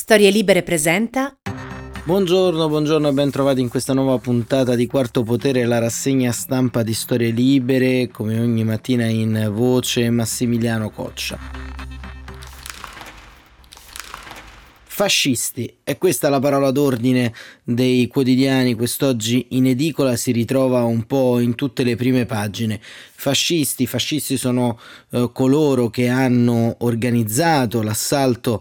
Storie Libere presenta. Buongiorno e ben trovati in questa nuova puntata di Quarto Potere, la rassegna stampa di Storie Libere, come ogni mattina in voce Massimiliano Coccia. Fascisti, è questa la parola d'ordine dei quotidiani. Quest'oggi in edicola si ritrova un po' in tutte le prime pagine. Fascisti sono coloro che hanno organizzato l'assalto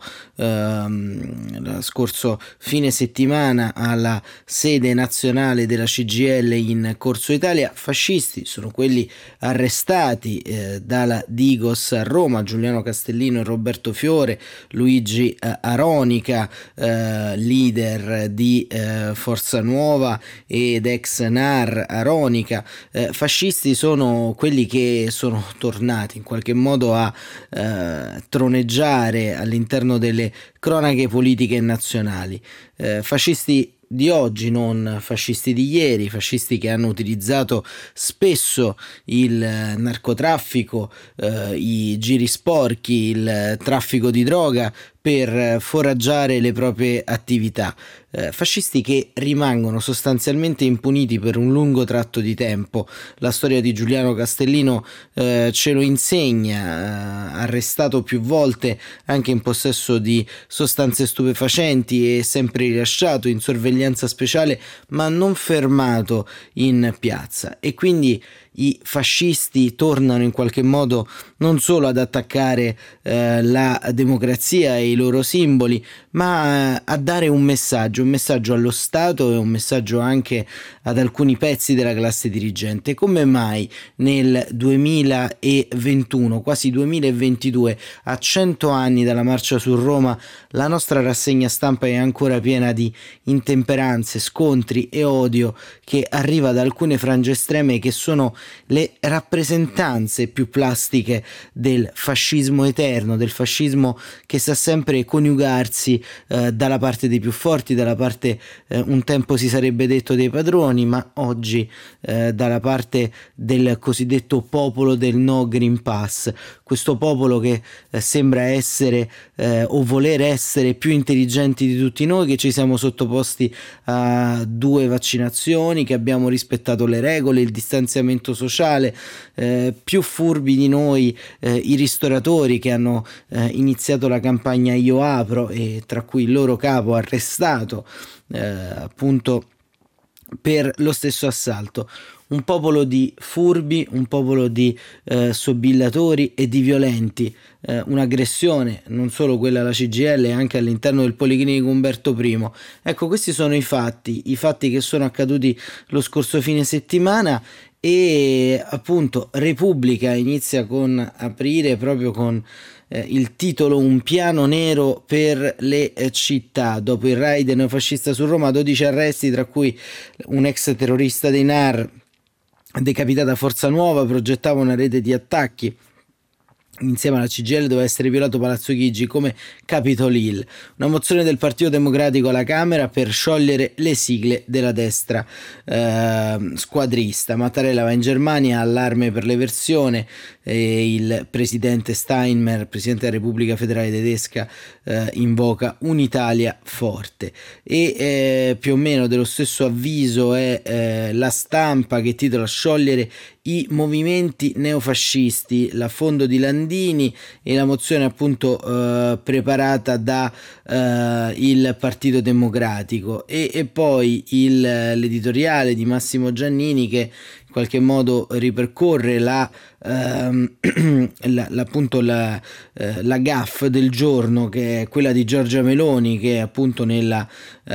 lo scorso fine settimana alla sede nazionale della CGIL in Corso Italia. Fascisti sono quelli arrestati dalla Digos a Roma, Giuliano Castellino e Roberto Fiore, Luigi Aronica, leader di Forza Nuova ed ex NAR Aronica. Fascisti sono quelli che sono tornati in qualche modo a troneggiare all'interno delle cronache politiche nazionali. Fascisti di oggi, non fascisti di ieri, fascisti che hanno utilizzato spesso il narcotraffico, i giri sporchi, il traffico di droga per foraggiare le proprie attività. Fascisti che rimangono sostanzialmente impuniti per un lungo tratto di tempo. La storia di Giuliano Castellino ce lo insegna, arrestato più volte anche in possesso di sostanze stupefacenti e sempre rilasciato in sorveglianza speciale, ma non fermato in piazza. E quindi i fascisti tornano in qualche modo non solo ad attaccare la democrazia e i loro simboli, ma a dare un messaggio allo Stato e un messaggio anche ad alcuni pezzi della classe dirigente. Come mai nel 2021, quasi 2022, a 100 anni dalla marcia su Roma, la nostra rassegna stampa è ancora piena di intemperanze, scontri e odio che arriva da alcune frange estreme che sono le rappresentanze più plastiche del fascismo eterno, del fascismo che sa sempre coniugarsi dalla parte dei più forti, dalla parte un tempo si sarebbe detto dei padroni, ma oggi dalla parte del cosiddetto popolo del no Green Pass, questo popolo che sembra essere o voler essere più intelligenti di tutti noi, che ci siamo sottoposti a 2 vaccinazioni, che abbiamo rispettato le regole, il distanziamento sociale, più furbi di noi i ristoratori che hanno iniziato la campagna Io Apro, e tra cui il loro capo arrestato appunto per lo stesso assalto. Un popolo di furbi, un popolo di sobillatori e di violenti, un'aggressione non solo quella alla CGIL, anche all'interno del Policlinico Umberto I. Ecco, questi sono i fatti che sono accaduti lo scorso fine settimana. E appunto Repubblica inizia con aprire proprio con il titolo "Un piano nero per le città". Dopo il raid neofascista su Roma, 12 arresti, tra cui un ex terrorista dei NAR decapitata a Forza Nuova, progettava una rete di attacchi. Insieme alla CGIL doveva essere violato Palazzo Chigi come Capitol Hill. Una mozione del Partito Democratico alla Camera per sciogliere le sigle della destra squadrista. Mattarella va in Germania, allarme per l'eversione, il presidente Steinmeier, presidente della Repubblica Federale Tedesca, invoca un'Italia forte. E più o meno dello stesso avviso è La Stampa, che titola "Sciogliere i movimenti neofascisti", l'affondo di Landini e la mozione appunto preparata da il Partito Democratico, e poi l'editoriale di Massimo Giannini, che in qualche modo ripercorre appunto la gaffe del giorno, che è quella di Giorgia Meloni, che appunto nella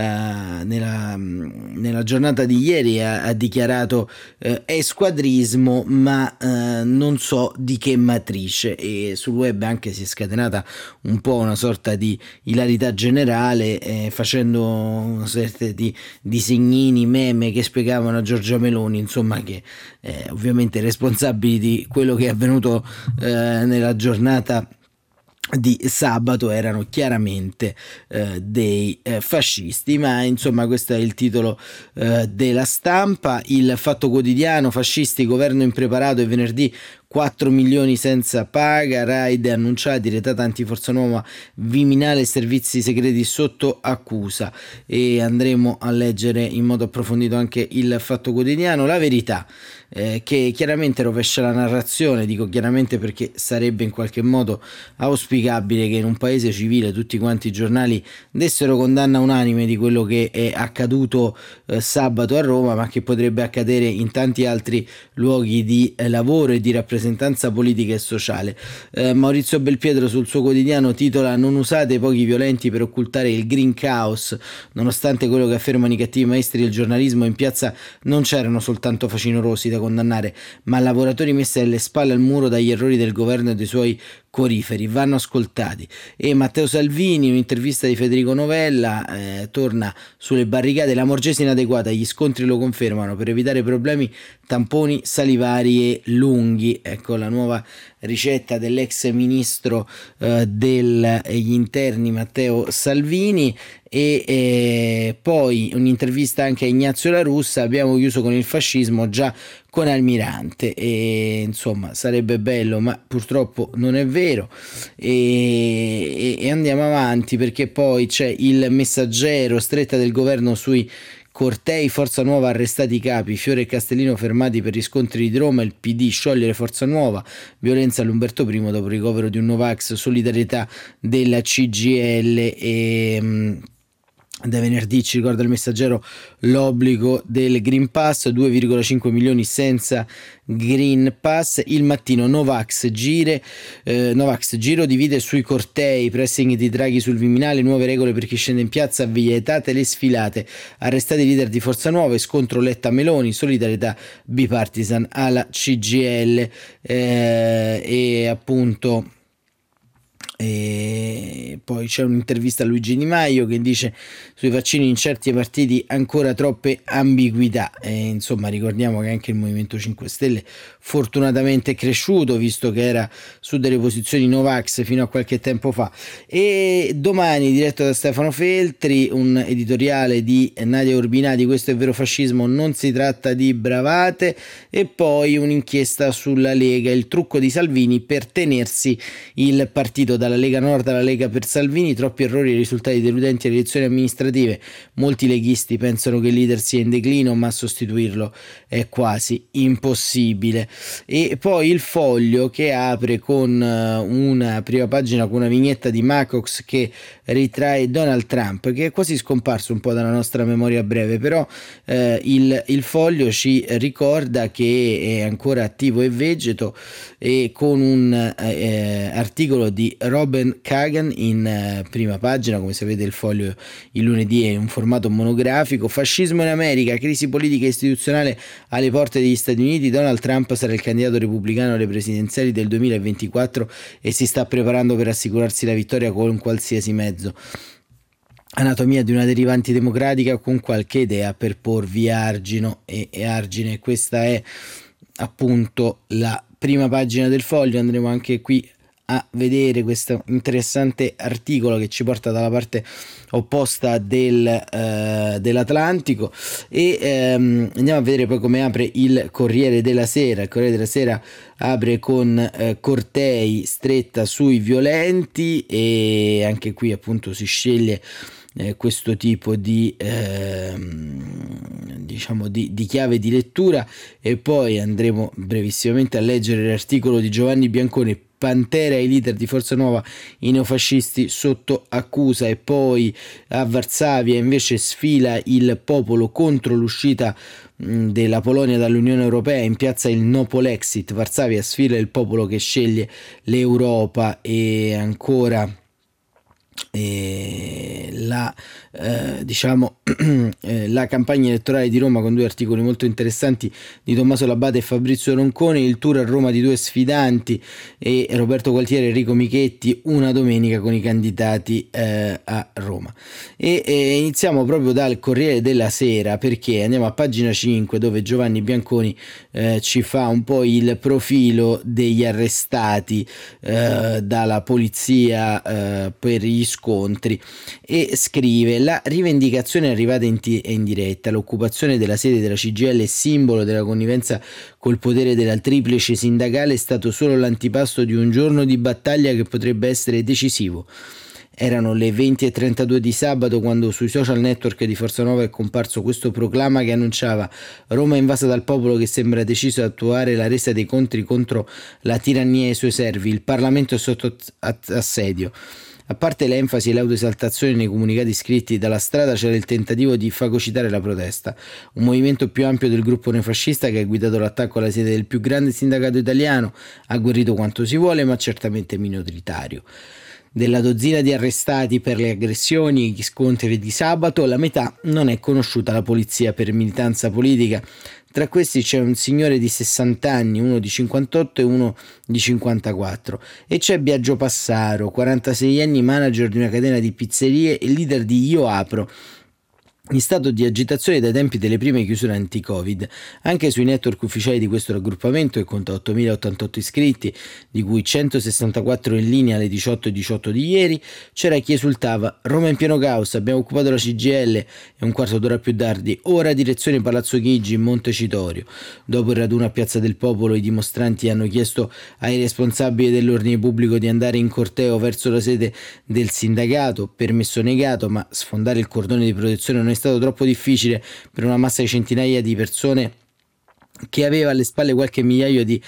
giornata di ieri ha dichiarato è squadrismo, ma non so di che matrice, e sul web anche si è scatenata un po' una sorta di ilarità generale, facendo una serie di disegnini, meme che spiegavano a Giorgia Meloni, insomma, che ovviamente responsabili di quello che è avvenuto nella giornata di sabato erano chiaramente dei fascisti. Ma insomma, questo è il titolo della Stampa. Il Fatto Quotidiano: fascisti, governo impreparato, e venerdì 4 milioni senza paga, raid annunciati, retata antiforza nuova, Viminale e servizi segreti sotto accusa. E andremo a leggere in modo approfondito anche il Fatto Quotidiano. La Verità, che chiaramente rovescia la narrazione, dico chiaramente perché sarebbe in qualche modo auspicabile che in un paese civile tutti quanti i giornali dessero condanna unanime di quello che è accaduto sabato a Roma, ma che potrebbe accadere in tanti altri luoghi di lavoro e di rappresentanza politica e sociale. Maurizio Belpietro sul suo quotidiano titola: non usate i pochi violenti per occultare il green chaos. Nonostante quello che affermano i cattivi maestri del giornalismo, in piazza non c'erano soltanto facinorosi da condannare, ma lavoratori messi alle spalle al muro dagli errori del governo e dei suoi coriferi, vanno ascoltati. E Matteo Salvini, un'intervista di Federico Novella, torna sulle barricate, la Morgese inadeguata, gli scontri lo confermano, per evitare problemi tamponi salivari e lunghi. Ecco la nuova ricetta dell'ex ministro degli interni Matteo Salvini. E poi un'intervista anche a Ignazio La Russa: abbiamo chiuso con il fascismo, già con Almirante. E insomma sarebbe bello, ma purtroppo non è vero. E andiamo avanti, perché poi c'è il Messaggero, stretta del governo sui cortei, Forza Nuova arrestati i capi, Fiore e Castellino fermati per riscontri di Roma, il PD sciogliere Forza Nuova, violenza all'Umberto I dopo il ricovero di un Novax, solidarietà della CGIL. E da venerdì, ci ricorda il Messaggero, l'obbligo del Green Pass, 2,5 milioni senza Green Pass. Il Mattino, Novax giro divide sui cortei, pressing di Draghi sul Viminale, nuove regole per chi scende in piazza, vietate le sfilate, arrestati i leader di Forza Nuova, scontro Letta-Meloni, solidarietà bipartisan alla CGIL. E appunto e poi c'è un'intervista a Luigi Di Maio che dice: sui vaccini incerti ai partiti ancora troppe ambiguità. E insomma ricordiamo che anche il Movimento 5 Stelle fortunatamente è cresciuto, visto che era su delle posizioni Novax fino a qualche tempo fa. E domani, diretto da Stefano Feltri, un editoriale di Nadia Urbinati: questo è vero fascismo, non si tratta di bravate. E poi un'inchiesta sulla Lega, il trucco di Salvini per tenersi il partito, dalla Lega Nord alla Lega per Salvini, troppi errori e risultati deludenti alle elezioni amministrative, molti leghisti pensano che il leader sia in declino, ma sostituirlo è quasi impossibile. E poi il Foglio, che apre con una prima pagina con una vignetta di Macox che ritrae Donald Trump, che è quasi scomparso un po' dalla nostra memoria breve, però il Foglio ci ricorda che è ancora attivo e vegeto, e con un articolo di Robin Kagan in prima pagina. Come sapete, il Foglio il lunedì è un formato monografico. Fascismo in America, crisi politica e istituzionale alle porte degli Stati Uniti, Donald Trump sarà il candidato repubblicano alle presidenziali del 2024 e si sta preparando per assicurarsi la vittoria con qualsiasi mezzo. Anatomia di una deriva antidemocratica, con qualche idea per porvi argine. Questa è appunto la prima pagina del Foglio. Andremo anche qui a vedere questo interessante articolo che ci porta dalla parte opposta dell'Atlantico. E andiamo a vedere poi come apre il Corriere della Sera. Il Corriere della Sera apre con cortei, stretta sui violenti, e anche qui appunto si sceglie questo tipo di diciamo di chiave di lettura. E poi andremo brevissimamente a leggere l'articolo di Giovanni Bianconi: Pantera e i leader di Forza Nuova, i neofascisti sotto accusa. E poi a Varsavia invece sfila il popolo contro l'uscita della Polonia dall'Unione Europea, in piazza il no Polexit, Varsavia sfila il popolo che sceglie l'Europa. E ancora la campagna elettorale di Roma, con due articoli molto interessanti di Tommaso Labate e Fabrizio Ronconi: il tour a Roma di due sfidanti, e Roberto Gualtieri e Enrico Michetti, una domenica con i candidati a Roma. e iniziamo proprio dal Corriere della Sera, perché andiamo a pagina 5 dove Giovanni Bianconi ci fa un po' il profilo degli arrestati dalla polizia per gli scontri, e scrive: la rivendicazione è arrivata in diretta, l'occupazione della sede della CGIL è simbolo della connivenza col potere della triplice sindacale, è stato solo l'antipasto di un giorno di battaglia che potrebbe essere decisivo. Erano le 20:32 di sabato quando sui social network di Forza Nuova è comparso questo proclama che annunciava: Roma invasa dal popolo che sembra deciso ad attuare la resa dei conti contro la tirannia e i suoi servi, il Parlamento è sotto assedio. A parte l'enfasi e l'autoesaltazione nei comunicati scritti dalla strada, c'era il tentativo di fagocitare la protesta, un movimento più ampio del gruppo neofascista che ha guidato l'attacco alla sede del più grande sindacato italiano, agguerrito quanto si vuole ma certamente minoritario. Della dozzina di arrestati per le aggressioni e gli scontri di sabato, la metà non è conosciuta alla polizia per militanza politica. Tra questi c'è un signore di 60 anni, uno di 58 e uno di 54. E c'è Biagio Passaro, 46 anni, manager di una catena di pizzerie e leader di Io Apro, in stato di agitazione dai tempi delle prime chiusure anti-Covid. Anche sui network ufficiali di questo raggruppamento, che conta 8.088 iscritti, di cui 164 in linea alle 18:18 di ieri, c'era chi esultava: Roma in pieno caos, abbiamo occupato la CGIL, e un quarto d'ora più tardi, ora direzione Palazzo Chigi in Montecitorio. Dopo il raduno a Piazza del Popolo, i dimostranti hanno chiesto ai responsabili dell'ordine pubblico di andare in corteo verso la sede del sindacato, permesso negato, ma sfondare il cordone di protezione non è stato troppo difficile per una massa di centinaia di persone che aveva alle spalle qualche migliaio di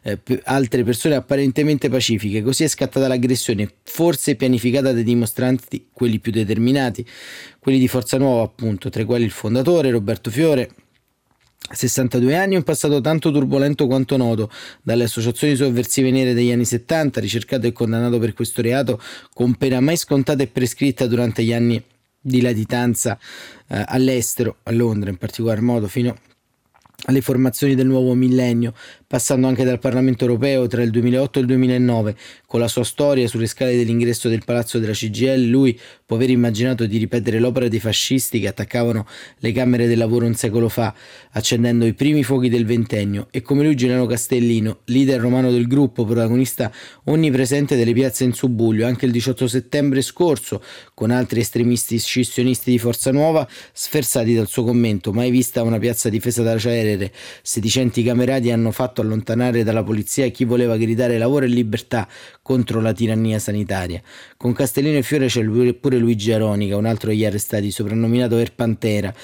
altre persone apparentemente pacifiche. Così è scattata l'aggressione, forse pianificata dai dimostranti, quelli più determinati, quelli di Forza Nuova appunto, tra i quali il fondatore Roberto Fiore, 62 anni, un passato tanto turbolento quanto noto, dalle associazioni sovversive nere degli anni 70, ricercato e condannato per questo reato con pena mai scontata e prescritta durante gli anni di latitanza all'estero, a Londra in particolar modo, fino alle formazioni del nuovo millennio, passando anche dal Parlamento europeo tra il 2008 e il 2009. Con la sua storia sulle scale dell'ingresso del palazzo della CGIL, lui può aver immaginato di ripetere l'opera dei fascisti che attaccavano le camere del lavoro un secolo fa, accendendo i primi fuochi del ventennio, e come lui Giuliano Castellino, leader romano del gruppo, protagonista onnipresente delle piazze in subbuglio, anche il 18 settembre scorso, con altri estremisti scissionisti di Forza Nuova sferzati dal suo commento: mai vista una piazza difesa dalla Cerere, sedicenti camerati hanno fatto allontanare dalla polizia chi voleva gridare lavoro e libertà contro la tirannia sanitaria. Con Castellino e Fiore c'è pure Luigi Aronica, un altro degli arrestati, soprannominato Er Pantera,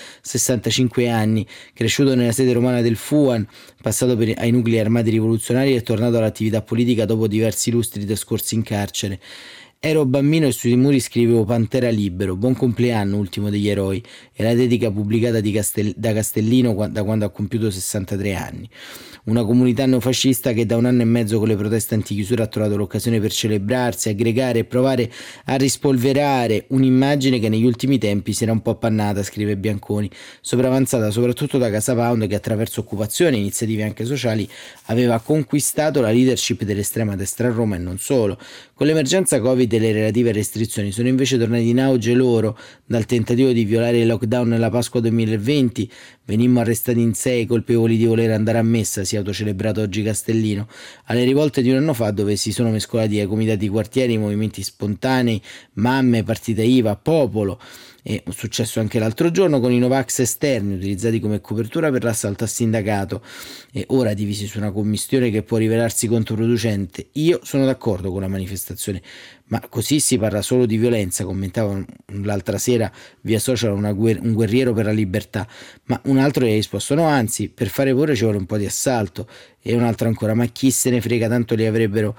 65 anni, cresciuto nella sede romana del FUAN, passato ai nuclei armati rivoluzionari e tornato all'attività politica dopo diversi lustri trascorsi in carcere. Ero bambino e sui muri scrivevo Pantera libero, buon compleanno ultimo degli eroi, e la dedica pubblicata da Castellino da quando ha compiuto 63 anni. Una comunità neofascista che da un anno e mezzo con le proteste antichiusura ha trovato l'occasione per celebrarsi, aggregare e provare a rispolverare un'immagine che negli ultimi tempi si era un po' appannata, scrive Bianconi, sopravanzata soprattutto da Casa Pound, che attraverso occupazione e iniziative anche sociali aveva conquistato la leadership dell'estrema destra a Roma e non solo. Con l'emergenza Covid e le relative restrizioni sono invece tornati in auge loro dal tentativo di violare il lockdown nella Pasqua 2020. Venimmo arrestati in 6 colpevoli di voler andare a messa, si è autocelebrato oggi Castellino, alle rivolte di un anno fa, dove si sono mescolati ai comitati di quartieri, movimenti spontanei, mamme, partita IVA, popolo. È successo anche l'altro giorno con i Novax esterni utilizzati come copertura per l'assalto al sindacato, e ora divisi su una commistione che può rivelarsi controproducente. Io sono d'accordo con la manifestazione, ma così si parla solo di violenza, commentava l'altra sera via social un guerriero per la libertà, ma un altro gli ha risposto: no, anzi, per fare paura ci vuole un po' di assalto. E un altro ancora: ma chi se ne frega, tanto li avrebbero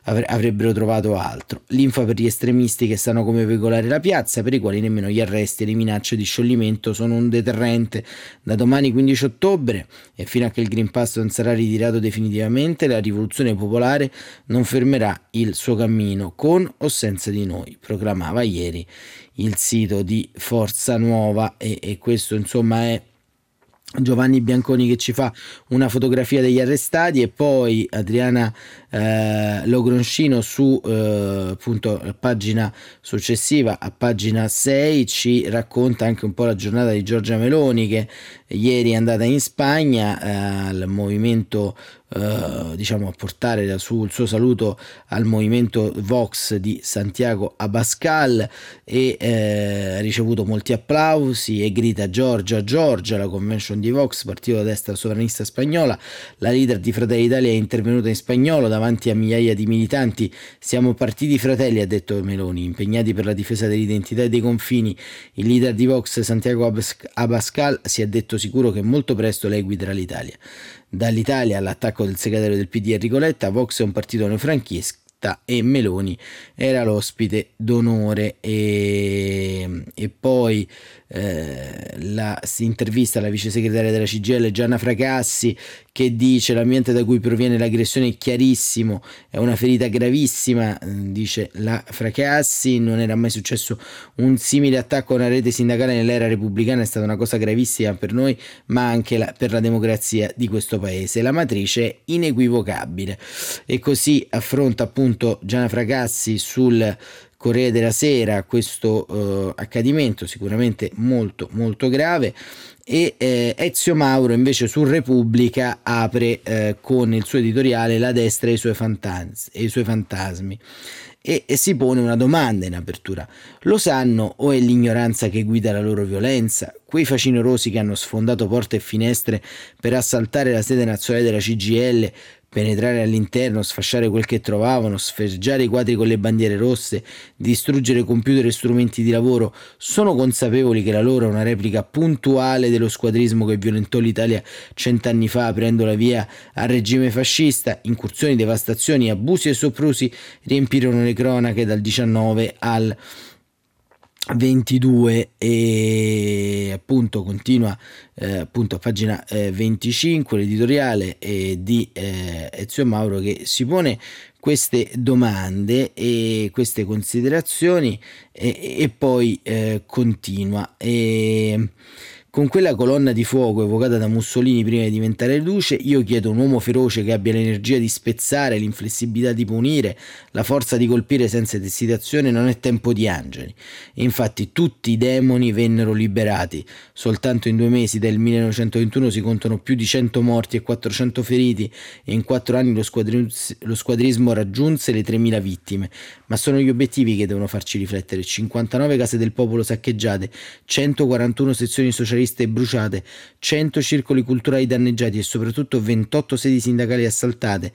trovato altro. Linfa per gli estremisti che sanno come veicolare la piazza, per i quali nemmeno gli arresti e le minacce di scioglimento sono un deterrente. Da domani 15 ottobre e fino a che il Green Pass non sarà ritirato definitivamente, la rivoluzione popolare non fermerà il suo cammino, con o senza di noi, proclamava ieri il sito di Forza Nuova, e questo insomma è Giovanni Bianconi che ci fa una fotografia degli arrestati, e poi Adriana Logroncino su appunto la pagina successiva, a pagina 6, ci racconta anche un po' la giornata di Giorgia Meloni, che ieri è andata in Spagna al movimento, diciamo, a portare il suo saluto al movimento Vox di Santiago Abascal, e ha ricevuto molti applausi e grida Giorgia, Giorgia. La convention di Vox, partito da destra sovranista spagnola, la leader di Fratelli d'Italia è intervenuta in spagnolo davanti a migliaia di militanti. Siamo partiti fratelli, ha detto Meloni, impegnati per la difesa dell'identità e dei confini. Il leader di Vox, Santiago Abascal, si è detto sicuro che molto presto lei guiderà l'Italia. Dall'Italia all'attacco del segretario del PD Enrico Letta, Vox è un partito neofranchista e Meloni era l'ospite d'onore. E poi si intervista alla vice segretaria della CGIL Gianna Fracassi, che dice: l'ambiente da cui proviene l'aggressione è chiarissimo, è una ferita gravissima, dice la Fracassi, non era mai successo un simile attacco a una rete sindacale nell'era repubblicana, è stata una cosa gravissima per noi ma anche per la democrazia di questo paese, la matrice è inequivocabile. E così affronta appunto Gianna Fracassi sul Corriere della Sera questo accadimento sicuramente molto molto grave. E Ezio Mauro invece su Repubblica apre con il suo editoriale La destra e i suoi fantasmi, e si pone una domanda in apertura: lo sanno o è l'ignoranza che guida la loro violenza? Quei facinorosi che hanno sfondato porte e finestre per assaltare la sede nazionale della CGIL, penetrare all'interno, sfasciare quel che trovavano, sfregiare i quadri con le bandiere rosse, distruggere computer e strumenti di lavoro, sono consapevoli che la loro è una replica puntuale dello squadrismo che violentò l'Italia 100 anni fa, aprendo la via al regime fascista? Incursioni, devastazioni, abusi e soprusi riempirono le cronache dal 19 al 22. E appunto continua appunto a pagina 25 l'editoriale di Ezio Mauro, che si pone queste domande e queste considerazioni, e poi continua. Con quella colonna di fuoco evocata da Mussolini prima di diventare luce, io chiedo un uomo feroce che abbia l'energia di spezzare, l'inflessibilità di punire, la forza di colpire senza esitazione. Non è tempo di angeli. E infatti tutti i demoni vennero liberati. Soltanto in 2 mesi del 1921 si contano più di 100 morti e 400 feriti, e in 4 anni lo squadrismo raggiunse le 3.000 vittime. Ma sono gli obiettivi che devono farci riflettere: 59 case del popolo saccheggiate, 141 sezioni socialiste bruciate, 100 circoli culturali danneggiati e soprattutto 28 sedi sindacali assaltate,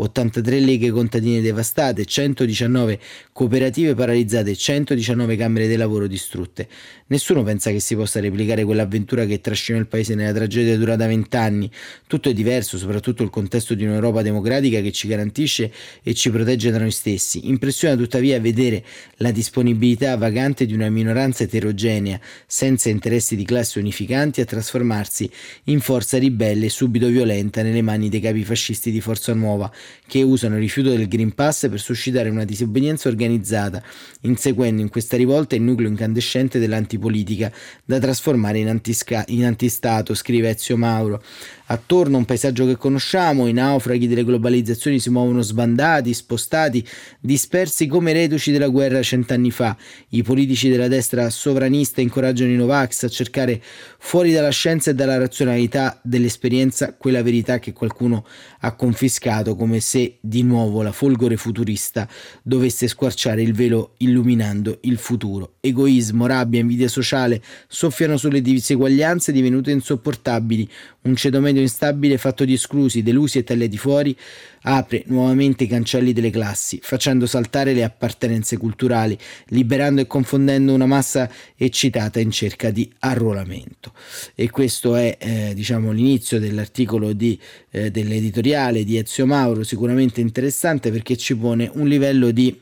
83 leghe contadine devastate, 119 cooperative paralizzate, 119 camere del lavoro distrutte. Nessuno pensa che si possa replicare quell'avventura che trascinò il paese nella tragedia durata 20 anni. Tutto è diverso, soprattutto il contesto di un'Europa democratica che ci garantisce e ci protegge da noi stessi. Impressiona tuttavia vedere la disponibilità vagante di una minoranza eterogenea, senza interessi di classe unificanti, a trasformarsi in forza ribelle e subito violenta nelle mani dei capi fascisti di Forza Nuova, che usano il rifiuto del Green Pass per suscitare una disobbedienza organizzata, inseguendo in questa rivolta il nucleo incandescente dell'antipolitica da trasformare in antistato, scrive Ezio Mauro. Attorno a un paesaggio che conosciamo, i naufraghi delle globalizzazioni si muovono sbandati, spostati, dispersi come reduci della guerra 100 anni fa. I politici della destra sovranista incoraggiano i Novax a cercare fuori dalla scienza e dalla razionalità dell'esperienza quella verità che qualcuno ha confiscato, come se di nuovo la folgore futurista dovesse squarciare il velo illuminando il futuro. Egoismo, rabbia, invidia sociale soffiano sulle diseguaglianze divenute insopportabili. Un ceto medio instabile fatto di esclusi, delusi e tagliati fuori apre nuovamente i cancelli delle classi, facendo saltare le appartenenze culturali, liberando e confondendo una massa eccitata in cerca di arruolamento. E questo è diciamo l'inizio dell'articolo dell'editoriale di Ezio Mauro, sicuramente interessante perché ci pone un livello di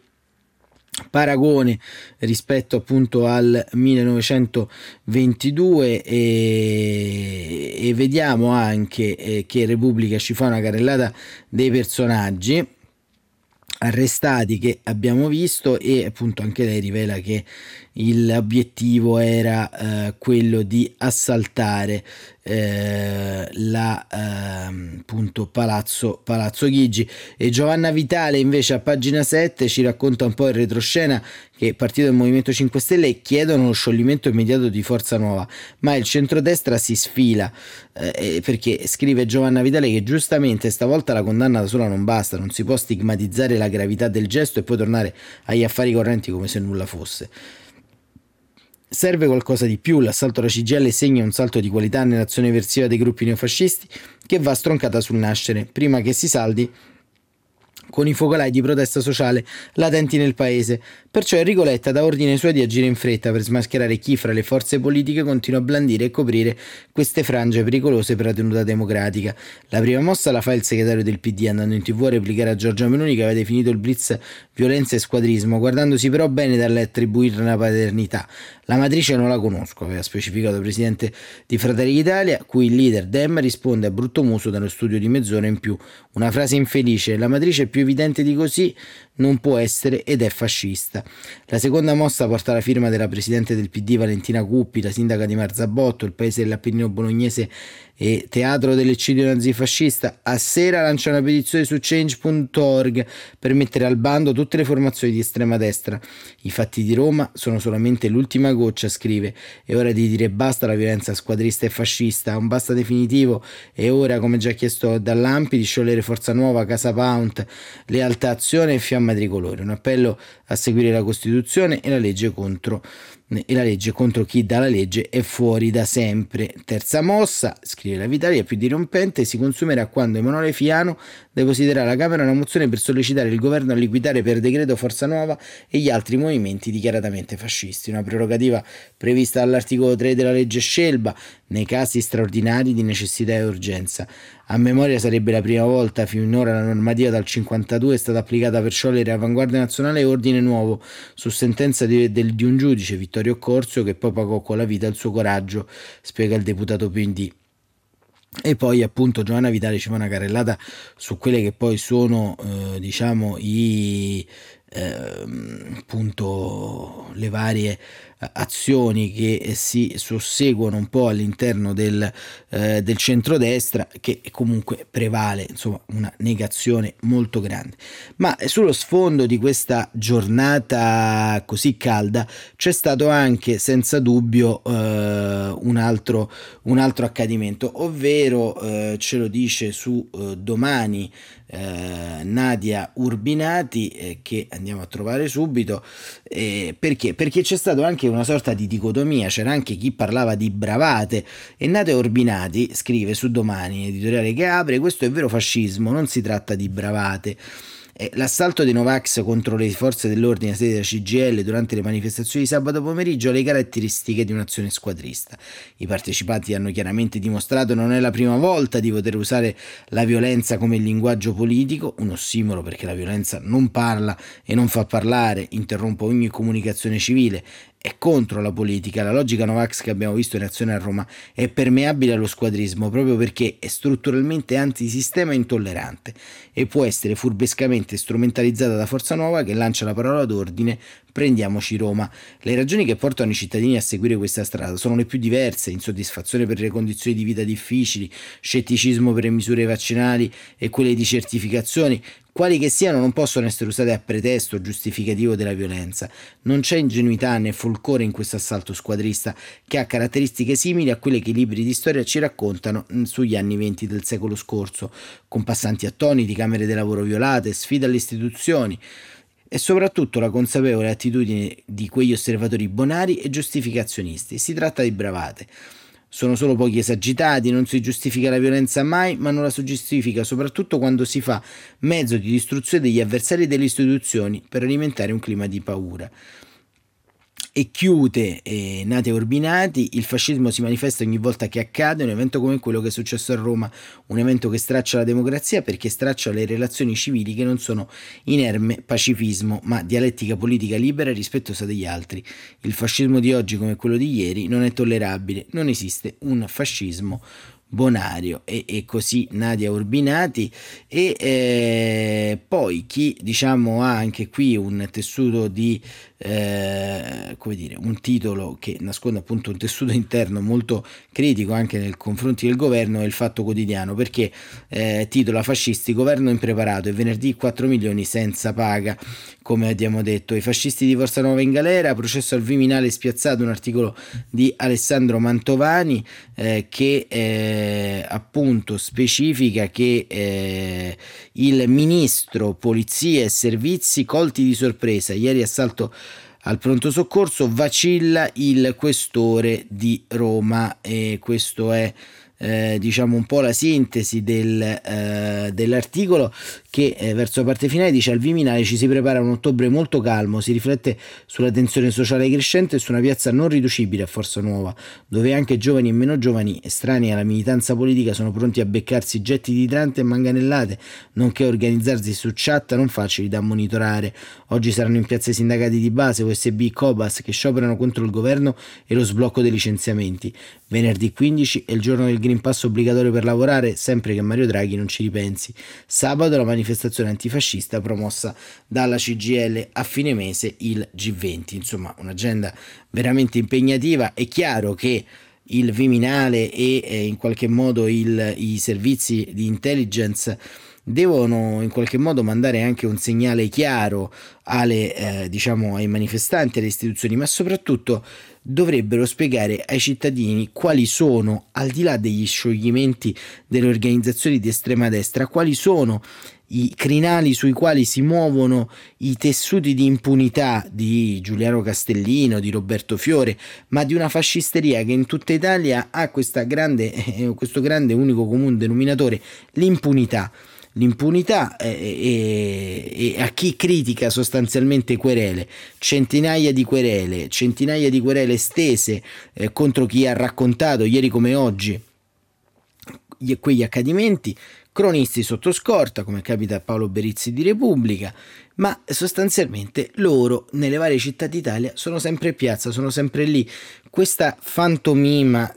paragone rispetto appunto al 1922, e vediamo anche che Repubblica ci fa una carrellata dei personaggi arrestati che abbiamo visto, e appunto anche lei rivela che l'obiettivo era quello di assaltare appunto Palazzo Chigi. E Giovanna Vitale invece a pagina 7 ci racconta un po' il retroscena, che il partito del Movimento 5 Stelle chiedono lo scioglimento immediato di Forza Nuova, ma il centrodestra si sfila, perché scrive Giovanna Vitale che giustamente stavolta la condanna da sola non basta, non si può stigmatizzare la gravità del gesto e poi tornare agli affari correnti come se nulla fosse. Serve qualcosa di più, l'assalto alla CGIL segna un salto di qualità nell'azione eversiva dei gruppi neofascisti che va stroncata sul nascere, prima che si saldi con i focolai di protesta sociale latenti nel paese. Perciò Enrico Letta dà ordine ai suoi di agire in fretta per smascherare chi fra le forze politiche continua a blandire e coprire queste frange pericolose per la tenuta democratica. La prima mossa la fa il segretario del PD andando in TV a replicare a Giorgia Meloni che aveva definito il blitz violenza e squadrismo, guardandosi però bene dall'attribuirne la paternità. La matrice non la conosco, aveva specificato il presidente di Fratelli d'Italia, cui il leader Dem risponde a brutto muso dallo studio di mezz'ora in più. Una frase infelice, la matrice più evidente di così non può essere ed è fascista. La seconda mossa porta la firma della presidente del PD Valentina Cuppi, la sindaca di Marzabotto, il paese dell'Appennino bolognese e teatro dell'eccidio nazifascista. A sera lancia una petizione su change.org per mettere al bando tutte le formazioni di estrema destra. I fatti di Roma sono solamente l'ultima goccia, scrive. È ora di dire basta alla violenza squadrista e fascista, un basta definitivo. È ora, come già chiesto dall'Ampi, di sciogliere Forza Nuova, Casa Pound, Lealtà Azione e Fiamma Tricolore. Un appello a seguire la Costituzione e la legge contro chi dà la legge è fuori da sempre. Terza mossa, scrive la Vitalia, più dirompente, si consumerà quando Emanuele Fiano depositerà alla Camera una mozione per sollecitare il governo a liquidare per decreto Forza Nuova e gli altri movimenti dichiaratamente fascisti, una prerogativa prevista dall'articolo 3 della legge Scelba nei casi straordinari di necessità e urgenza. A memoria sarebbe la prima volta, finora la normativa dal 52 è stata applicata per sciogliere Avanguardia Nazionale e Ordine Nuovo su sentenza di un giudice, Vittorio Corzio, che poi pagò con la vita il suo coraggio, spiega il deputato PD. E poi appunto Giovanna Vitale ci fa una carrellata su quelle che poi sono diciamo appunto le varie azioni che si susseguono un po' all'interno del centrodestra, che comunque prevale insomma una negazione molto grande. Ma sullo sfondo di questa giornata così calda c'è stato anche senza dubbio un altro accadimento, ovvero ce lo dice su Domani Nadia Urbinati, che andiamo a trovare subito, perché c'è stato anche una sorta di dicotomia, c'era anche chi parlava di bravate e Nadia Urbinati scrive su Domani, editoriale che apre: questo è vero fascismo, non si tratta di bravate. L'assalto dei Novax contro le forze dell'ordine a sede della CGIL durante le manifestazioni di sabato pomeriggio ha le caratteristiche di un'azione squadrista. I partecipanti hanno chiaramente dimostrato non è la prima volta di poter usare la violenza come linguaggio politico, un ossimoro perché la violenza non parla e non fa parlare, interrompe ogni comunicazione civile, è contro la politica. La logica Novax che abbiamo visto in azione a Roma è permeabile allo squadrismo proprio perché è strutturalmente antisistema e intollerante e può essere furbescamente strumentalizzata da Forza Nuova che lancia la parola d'ordine prendiamoci Roma. Le ragioni che portano i cittadini a seguire questa strada sono le più diverse: insoddisfazione per le condizioni di vita difficili, scetticismo per le misure vaccinali e quelle di certificazioni. Quali che siano non possono essere usate a pretesto giustificativo della violenza. Non c'è ingenuità né folklore in questo assalto squadrista che ha caratteristiche simili a quelle che i libri di storia ci raccontano sugli anni 20 del secolo scorso, con passanti attoniti, camere di lavoro violate, sfide alle istituzioni e soprattutto la consapevole attitudine di quegli osservatori bonari e giustificazionisti. Si tratta di bravate. Sono solo pochi esagitati, non si giustifica la violenza mai, ma non la si giustifica soprattutto quando si fa mezzo di distruzione degli avversari delle istituzioni per alimentare un clima di paura. E chiude Nadia Urbinati: il fascismo si manifesta ogni volta che accade un evento come quello che è successo a Roma, un evento che straccia la democrazia perché straccia le relazioni civili che non sono inerme pacifismo ma dialettica politica libera e rispettosa degli altri. Il fascismo di oggi come quello di ieri non è tollerabile, non esiste un fascismo Bonario e così Nadia Urbinati. E poi chi, diciamo, ha anche qui un tessuto di come dire, un titolo che nasconde appunto un tessuto interno molto critico anche nei confronti del governo, è il Fatto Quotidiano, perché titola: fascisti, governo impreparato e venerdì 4 milioni senza paga. Come abbiamo detto, i fascisti di Forza Nuova in galera, processo al Viminale spiazzato, un articolo di Alessandro Mantovani che appunto specifica che il ministro Polizia e Servizi colti di sorpresa, ieri assalto al pronto soccorso, vacilla il questore di Roma. E questo è diciamo un po' la sintesi dell'articolo, che verso la parte finale dice: al Viminale ci si prepara un ottobre molto calmo, si riflette sulla tensione sociale crescente e su una piazza non riducibile a Forza Nuova, dove anche giovani e meno giovani, estranei alla militanza politica, sono pronti a beccarsi getti di idrante e manganellate, nonché a organizzarsi su chat non facili da monitorare. Oggi saranno in piazza i sindacati di base, USB, Cobas, che scioperano contro il governo e lo sblocco dei licenziamenti. Venerdì 15 è il giorno del Green Pass obbligatorio per lavorare, sempre che Mario Draghi non ci ripensi. Sabato la manifestazione antifascista promossa dalla CGIL, a fine mese il G20. Insomma, un'agenda veramente impegnativa. È chiaro che il Viminale e in qualche modo i servizi di intelligence devono in qualche modo mandare anche un segnale chiaro diciamo ai manifestanti, alle istituzioni, ma soprattutto dovrebbero spiegare ai cittadini quali sono, al di là degli scioglimenti delle organizzazioni di estrema destra, quali sono i crinali sui quali si muovono i tessuti di impunità di Giuliano Castellino, di Roberto Fiore, ma di una fascisteria che in tutta Italia ha questo grande unico comune denominatore: l'impunità. L'impunità e a chi critica sostanzialmente querele, centinaia di querele stese contro chi ha raccontato, ieri come oggi, quegli accadimenti, cronisti sotto scorta, come capita a Paolo Berizzi di Repubblica, ma sostanzialmente loro nelle varie città d'Italia sono sempre in piazza, sono sempre lì. Questa pantomima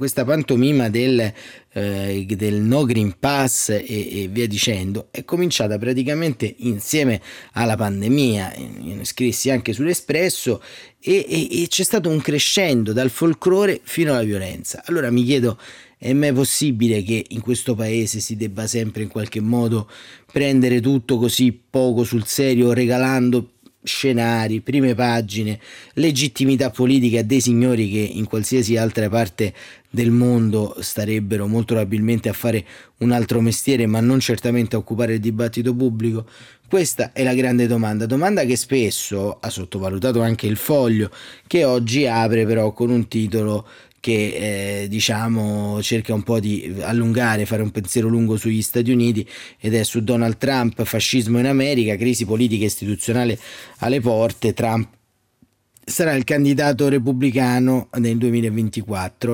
del no Green Pass e via dicendo è cominciata praticamente insieme alla pandemia. Io ne scrissi anche sull'Espresso e c'è stato un crescendo dal folklore fino alla violenza. Allora mi chiedo: è mai possibile che in questo paese si debba sempre in qualche modo prendere tutto così poco sul serio, regalando scenari, prime pagine, legittimità politica a dei signori che in qualsiasi altra parte del mondo starebbero molto probabilmente a fare un altro mestiere, ma non certamente a occupare il dibattito pubblico? Questa è la grande domanda che spesso ha sottovalutato anche il Foglio, che oggi apre però con un titolo che diciamo cerca un po' di allungare, fare un pensiero lungo sugli Stati Uniti, ed è su Donald Trump: fascismo in America, crisi politica e istituzionale alle porte, Trump sarà il candidato repubblicano nel 2024.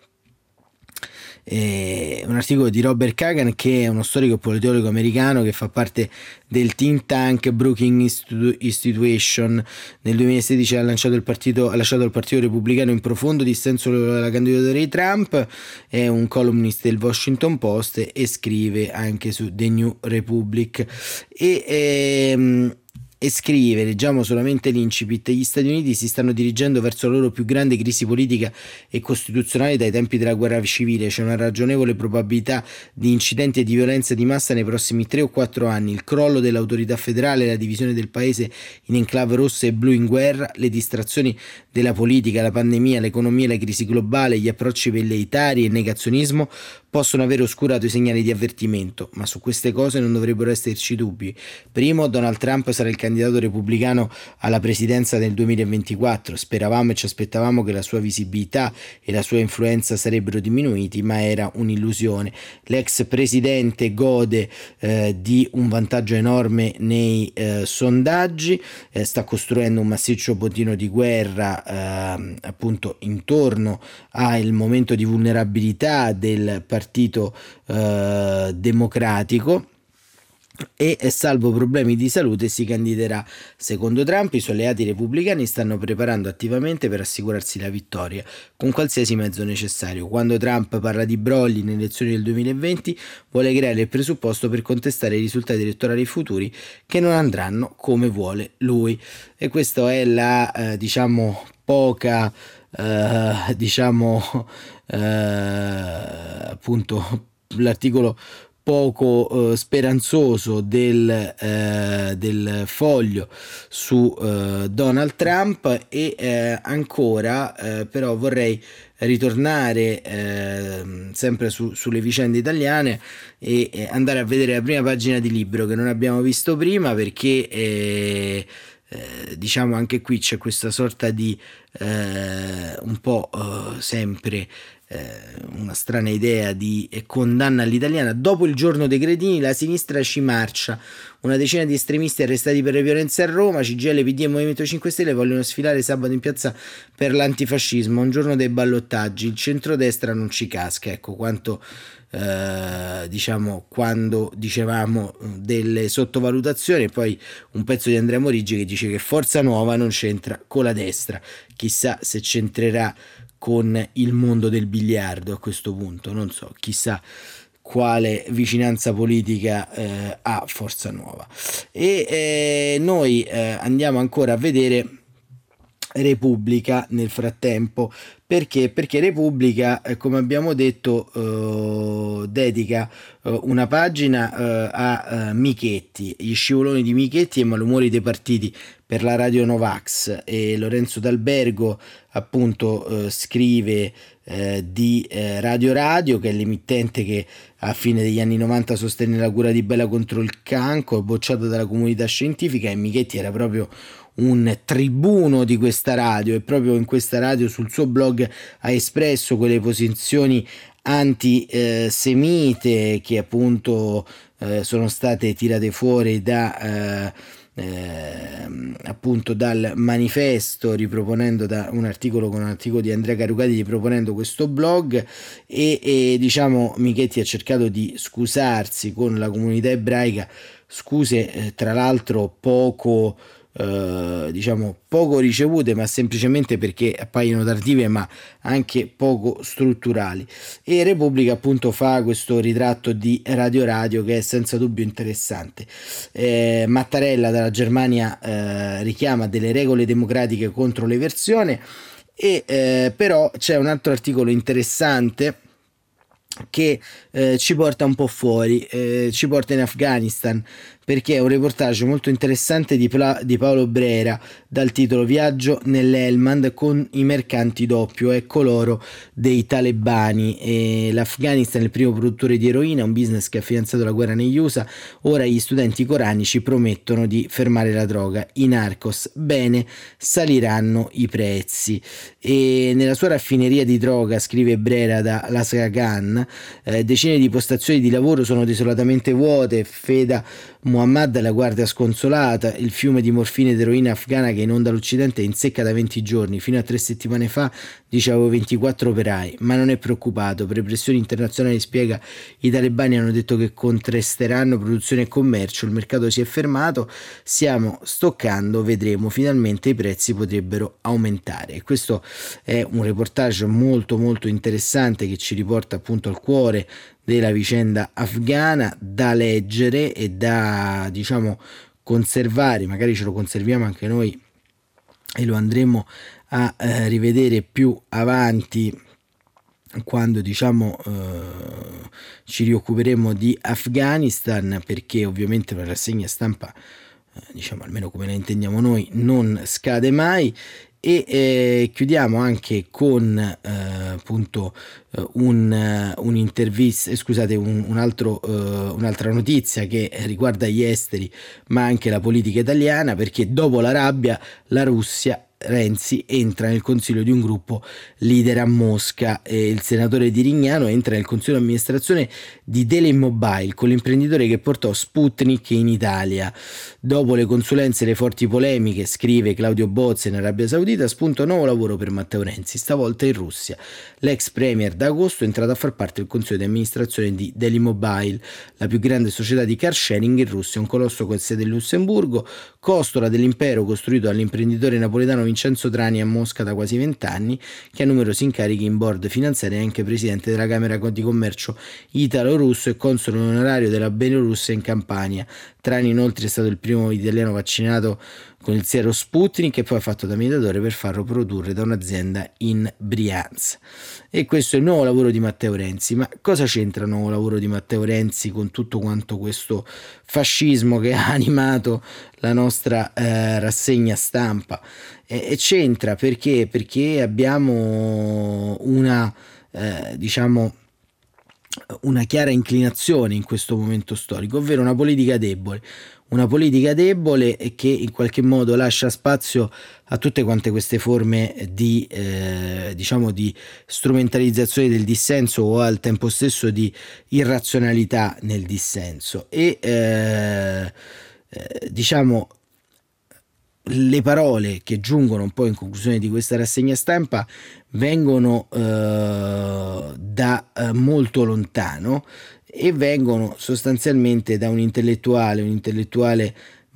Un articolo di Robert Kagan, che è uno storico e politologo americano che fa parte del think tank Brookings Institution. Nel 2016 ha lasciato il partito repubblicano in profondo dissenso dalla candidatura di Trump. È un columnist del Washington Post e scrive anche su The New Republic e scrive, leggiamo solamente l'incipit: gli Stati Uniti si stanno dirigendo verso la loro più grande crisi politica e costituzionale dai tempi della guerra civile. C'è una ragionevole probabilità di incidenti e di violenza di massa nei prossimi 3 o 4 anni. Il crollo dell'autorità federale, la divisione del paese in enclave rosse e blu in guerra, le distrazioni della politica, la pandemia, l'economia, la crisi globale, gli approcci velleitari e il negazionismo possono aver oscurato i segnali di avvertimento, ma su queste cose non dovrebbero esserci dubbi. Primo, Donald Trump sarà il candidato repubblicano alla presidenza nel 2024. Speravamo e ci aspettavamo che la sua visibilità e la sua influenza sarebbero diminuiti, ma era un'illusione. L'ex presidente gode di un vantaggio enorme nei sondaggi, sta costruendo un massiccio bottino di guerra appunto intorno al momento di vulnerabilità del Partito Democratico, e salvo problemi di salute si candiderà. Secondo Trump, i suoi alleati repubblicani stanno preparando attivamente per assicurarsi la vittoria con qualsiasi mezzo necessario. Quando Trump parla di brogli nelle elezioni del 2020, vuole creare il presupposto per contestare i risultati elettorali futuri che non andranno come vuole lui. E questa è la diciamo poca appunto l'articolo poco speranzoso del Foglio su Donald Trump. E ancora però vorrei ritornare sempre sulle vicende italiane e andare a vedere la prima pagina di Libro che non abbiamo visto prima, perché diciamo anche qui c'è questa sorta di un po' sempre una strana idea di condanna all'italiana. Dopo il giorno dei cretini la sinistra ci marcia, una decina di estremisti arrestati per le violenze a Roma, CGIL, PD e Movimento 5 Stelle vogliono sfilare sabato in piazza per l'antifascismo, un giorno dei ballottaggi, il centrodestra non ci casca. Ecco quanto diciamo quando dicevamo delle sottovalutazioni. E poi un pezzo di Andrea Morigi che dice che Forza Nuova non c'entra con la destra, chissà se c'entrerà con il mondo del biliardo a questo punto, non so, chissà quale vicinanza politica ha Forza Nuova. E noi andiamo ancora a vedere Repubblica nel frattempo. Perché Repubblica, come abbiamo detto, dedica una pagina a Michetti, gli scivoloni di Michetti e i malumori dei partiti per la Radio Novax. E Lorenzo D'Albergo appunto scrive di Radio Radio, che è l'emittente che a fine degli anni 90 sostenne la cura di Bella contro il cancro, bocciata dalla comunità scientifica, e Michetti era proprio un tribuno di questa radio, e proprio in questa radio sul suo blog ha espresso quelle posizioni antisemite che appunto sono state tirate fuori appunto dal manifesto, riproponendo da un articolo di Andrea Carucati, riproponendo questo blog. E diciamo Michetti ha cercato di scusarsi con la comunità ebraica, scuse tra l'altro poco diciamo poco ricevute, ma semplicemente perché appaiono tardive ma anche poco strutturali. E Repubblica appunto fa questo ritratto di Radio Radio che è senza dubbio interessante. Mattarella dalla Germania richiama delle regole democratiche contro l'eversione. E però c'è un altro articolo interessante che ci porta un po' fuori, ci porta in Afghanistan, perché è un reportage molto interessante di Paolo Brera dal titolo Viaggio nell'Helmand con i mercanti doppio, ecco l'oro dei talebani. E l'Afghanistan è il primo produttore di eroina, un business che ha finanziato la guerra negli USA. Ora gli studenti coranici promettono di fermare la droga, i narcos, bene, saliranno i prezzi. E nella sua raffineria di droga, scrive Brera da Lasgagan, decine di postazioni di lavoro sono desolatamente vuote. Feda Muhammad, la guardia sconsolata, il fiume di morfina ed eroina afghana che inonda l'Occidente è in secca da 20 giorni. Fino a 3 settimane fa dicevo 24 operai, ma non è preoccupato. Per pressioni internazionali, spiega, i talebani hanno detto che contrasteranno produzione e commercio, il mercato si è fermato, stiamo stoccando, vedremo, finalmente i prezzi potrebbero aumentare. E questo è un reportage molto molto interessante che ci riporta appunto al cuore della vicenda afghana, da leggere e da diciamo conservare, magari ce lo conserviamo anche noi e lo andremo a rivedere più avanti quando diciamo ci rioccuperemo di Afghanistan, perché ovviamente la rassegna stampa diciamo almeno come la intendiamo noi non scade mai. E chiudiamo anche con appunto un'intervista, scusate, un'altra notizia che riguarda gli esteri ma anche la politica italiana, perché dopo la rabbia la Russia Renzi entra nel consiglio di un gruppo leader a Mosca e il senatore Di Rignano entra nel consiglio di amministrazione di Telemobile con l'imprenditore che portò Sputnik in Italia. Dopo le consulenze e le forti polemiche, scrive Claudio Bozza in Arabia Saudita, spunta un nuovo lavoro per Matteo Renzi, stavolta in Russia. L'ex premier da agosto è entrato a far parte del consiglio di amministrazione di Telemobile, la più grande società di car sharing in Russia, un colosso con sede in Lussemburgo, costola dell'impero costruito dall'imprenditore napoletano Vincenzo Trani a Mosca da quasi 20 anni, che ha numerosi incarichi in board finanziari e anche presidente della Camera di Commercio italo-russo e console onorario della Bielorussia in Campania. Trani inoltre è stato il primo italiano vaccinato con il siero Sputnik e poi ha fatto da mediatore per farlo produrre da un'azienda in Brianza. E questo è il nuovo lavoro di Matteo Renzi. Ma cosa c'entra il nuovo lavoro di Matteo Renzi con tutto quanto questo fascismo che ha animato la nostra rassegna stampa? E c'entra perché abbiamo una una chiara inclinazione in questo momento storico, ovvero una politica debole che in qualche modo lascia spazio a tutte quante queste forme di di strumentalizzazione del dissenso o al tempo stesso di irrazionalità nel dissenso e le parole che giungono un po' in conclusione di questa rassegna stampa vengono da molto lontano e vengono sostanzialmente da un intellettuale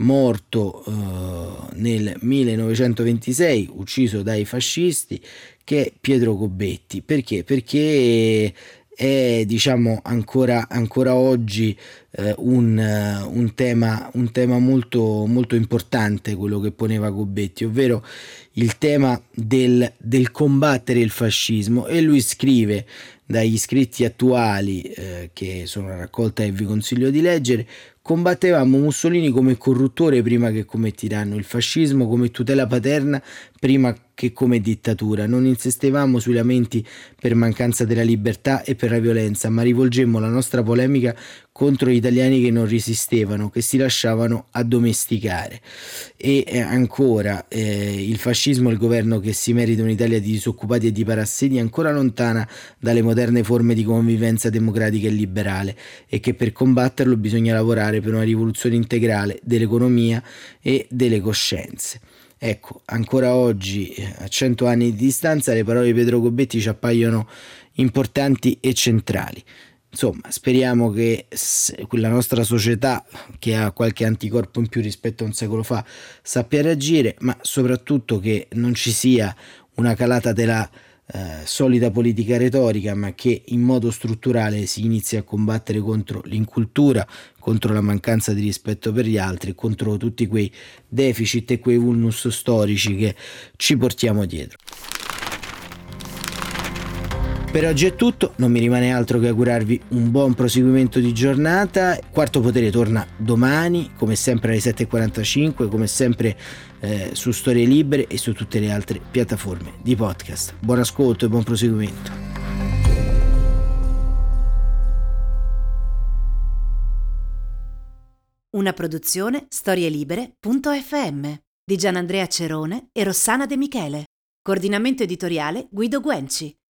morto nel 1926, ucciso dai fascisti, che è Pietro Gobetti. Perché? Perché è ancora oggi un tema molto, molto importante quello che poneva Gobetti, ovvero il tema del combattere il fascismo, e lui scrive dagli scritti attuali che sono una raccolta che vi consiglio di leggere: combattevamo Mussolini come corruttore prima che come tiranno, il fascismo come tutela paterna prima che come dittatura. Non insistevamo sui lamenti per mancanza della libertà e per la violenza, ma rivolgemmo la nostra polemica contro gli italiani che non resistevano, che si lasciavano addomesticare. E ancora, il fascismo è il governo che si merita un'Italia di disoccupati e di parassiti ancora lontana dalle moderne forme di convivenza democratica e liberale, e che per combatterlo bisogna lavorare per una rivoluzione integrale dell'economia e delle coscienze. Ecco, ancora oggi, a 100 anni di distanza, le parole di Pietro Gobetti ci appaiono importanti e centrali. Insomma, speriamo che la nostra società, che ha qualche anticorpo in più rispetto a un secolo fa, sappia reagire, ma soprattutto che non ci sia una calata della solita politica retorica, ma che in modo strutturale si inizi a combattere contro l'incultura, contro la mancanza di rispetto per gli altri, contro tutti quei deficit e quei vulnus storici che ci portiamo dietro. Per oggi è tutto, non mi rimane altro che augurarvi un buon proseguimento di giornata. Quarto Potere torna domani, come sempre alle 7:45, come sempre su Storie Libere e su tutte le altre piattaforme di podcast. Buon ascolto e buon proseguimento. Una produzione storielibere.fm di Gianandrea Cerone e Rossana De Michele. Coordinamento editoriale Guido Guenci.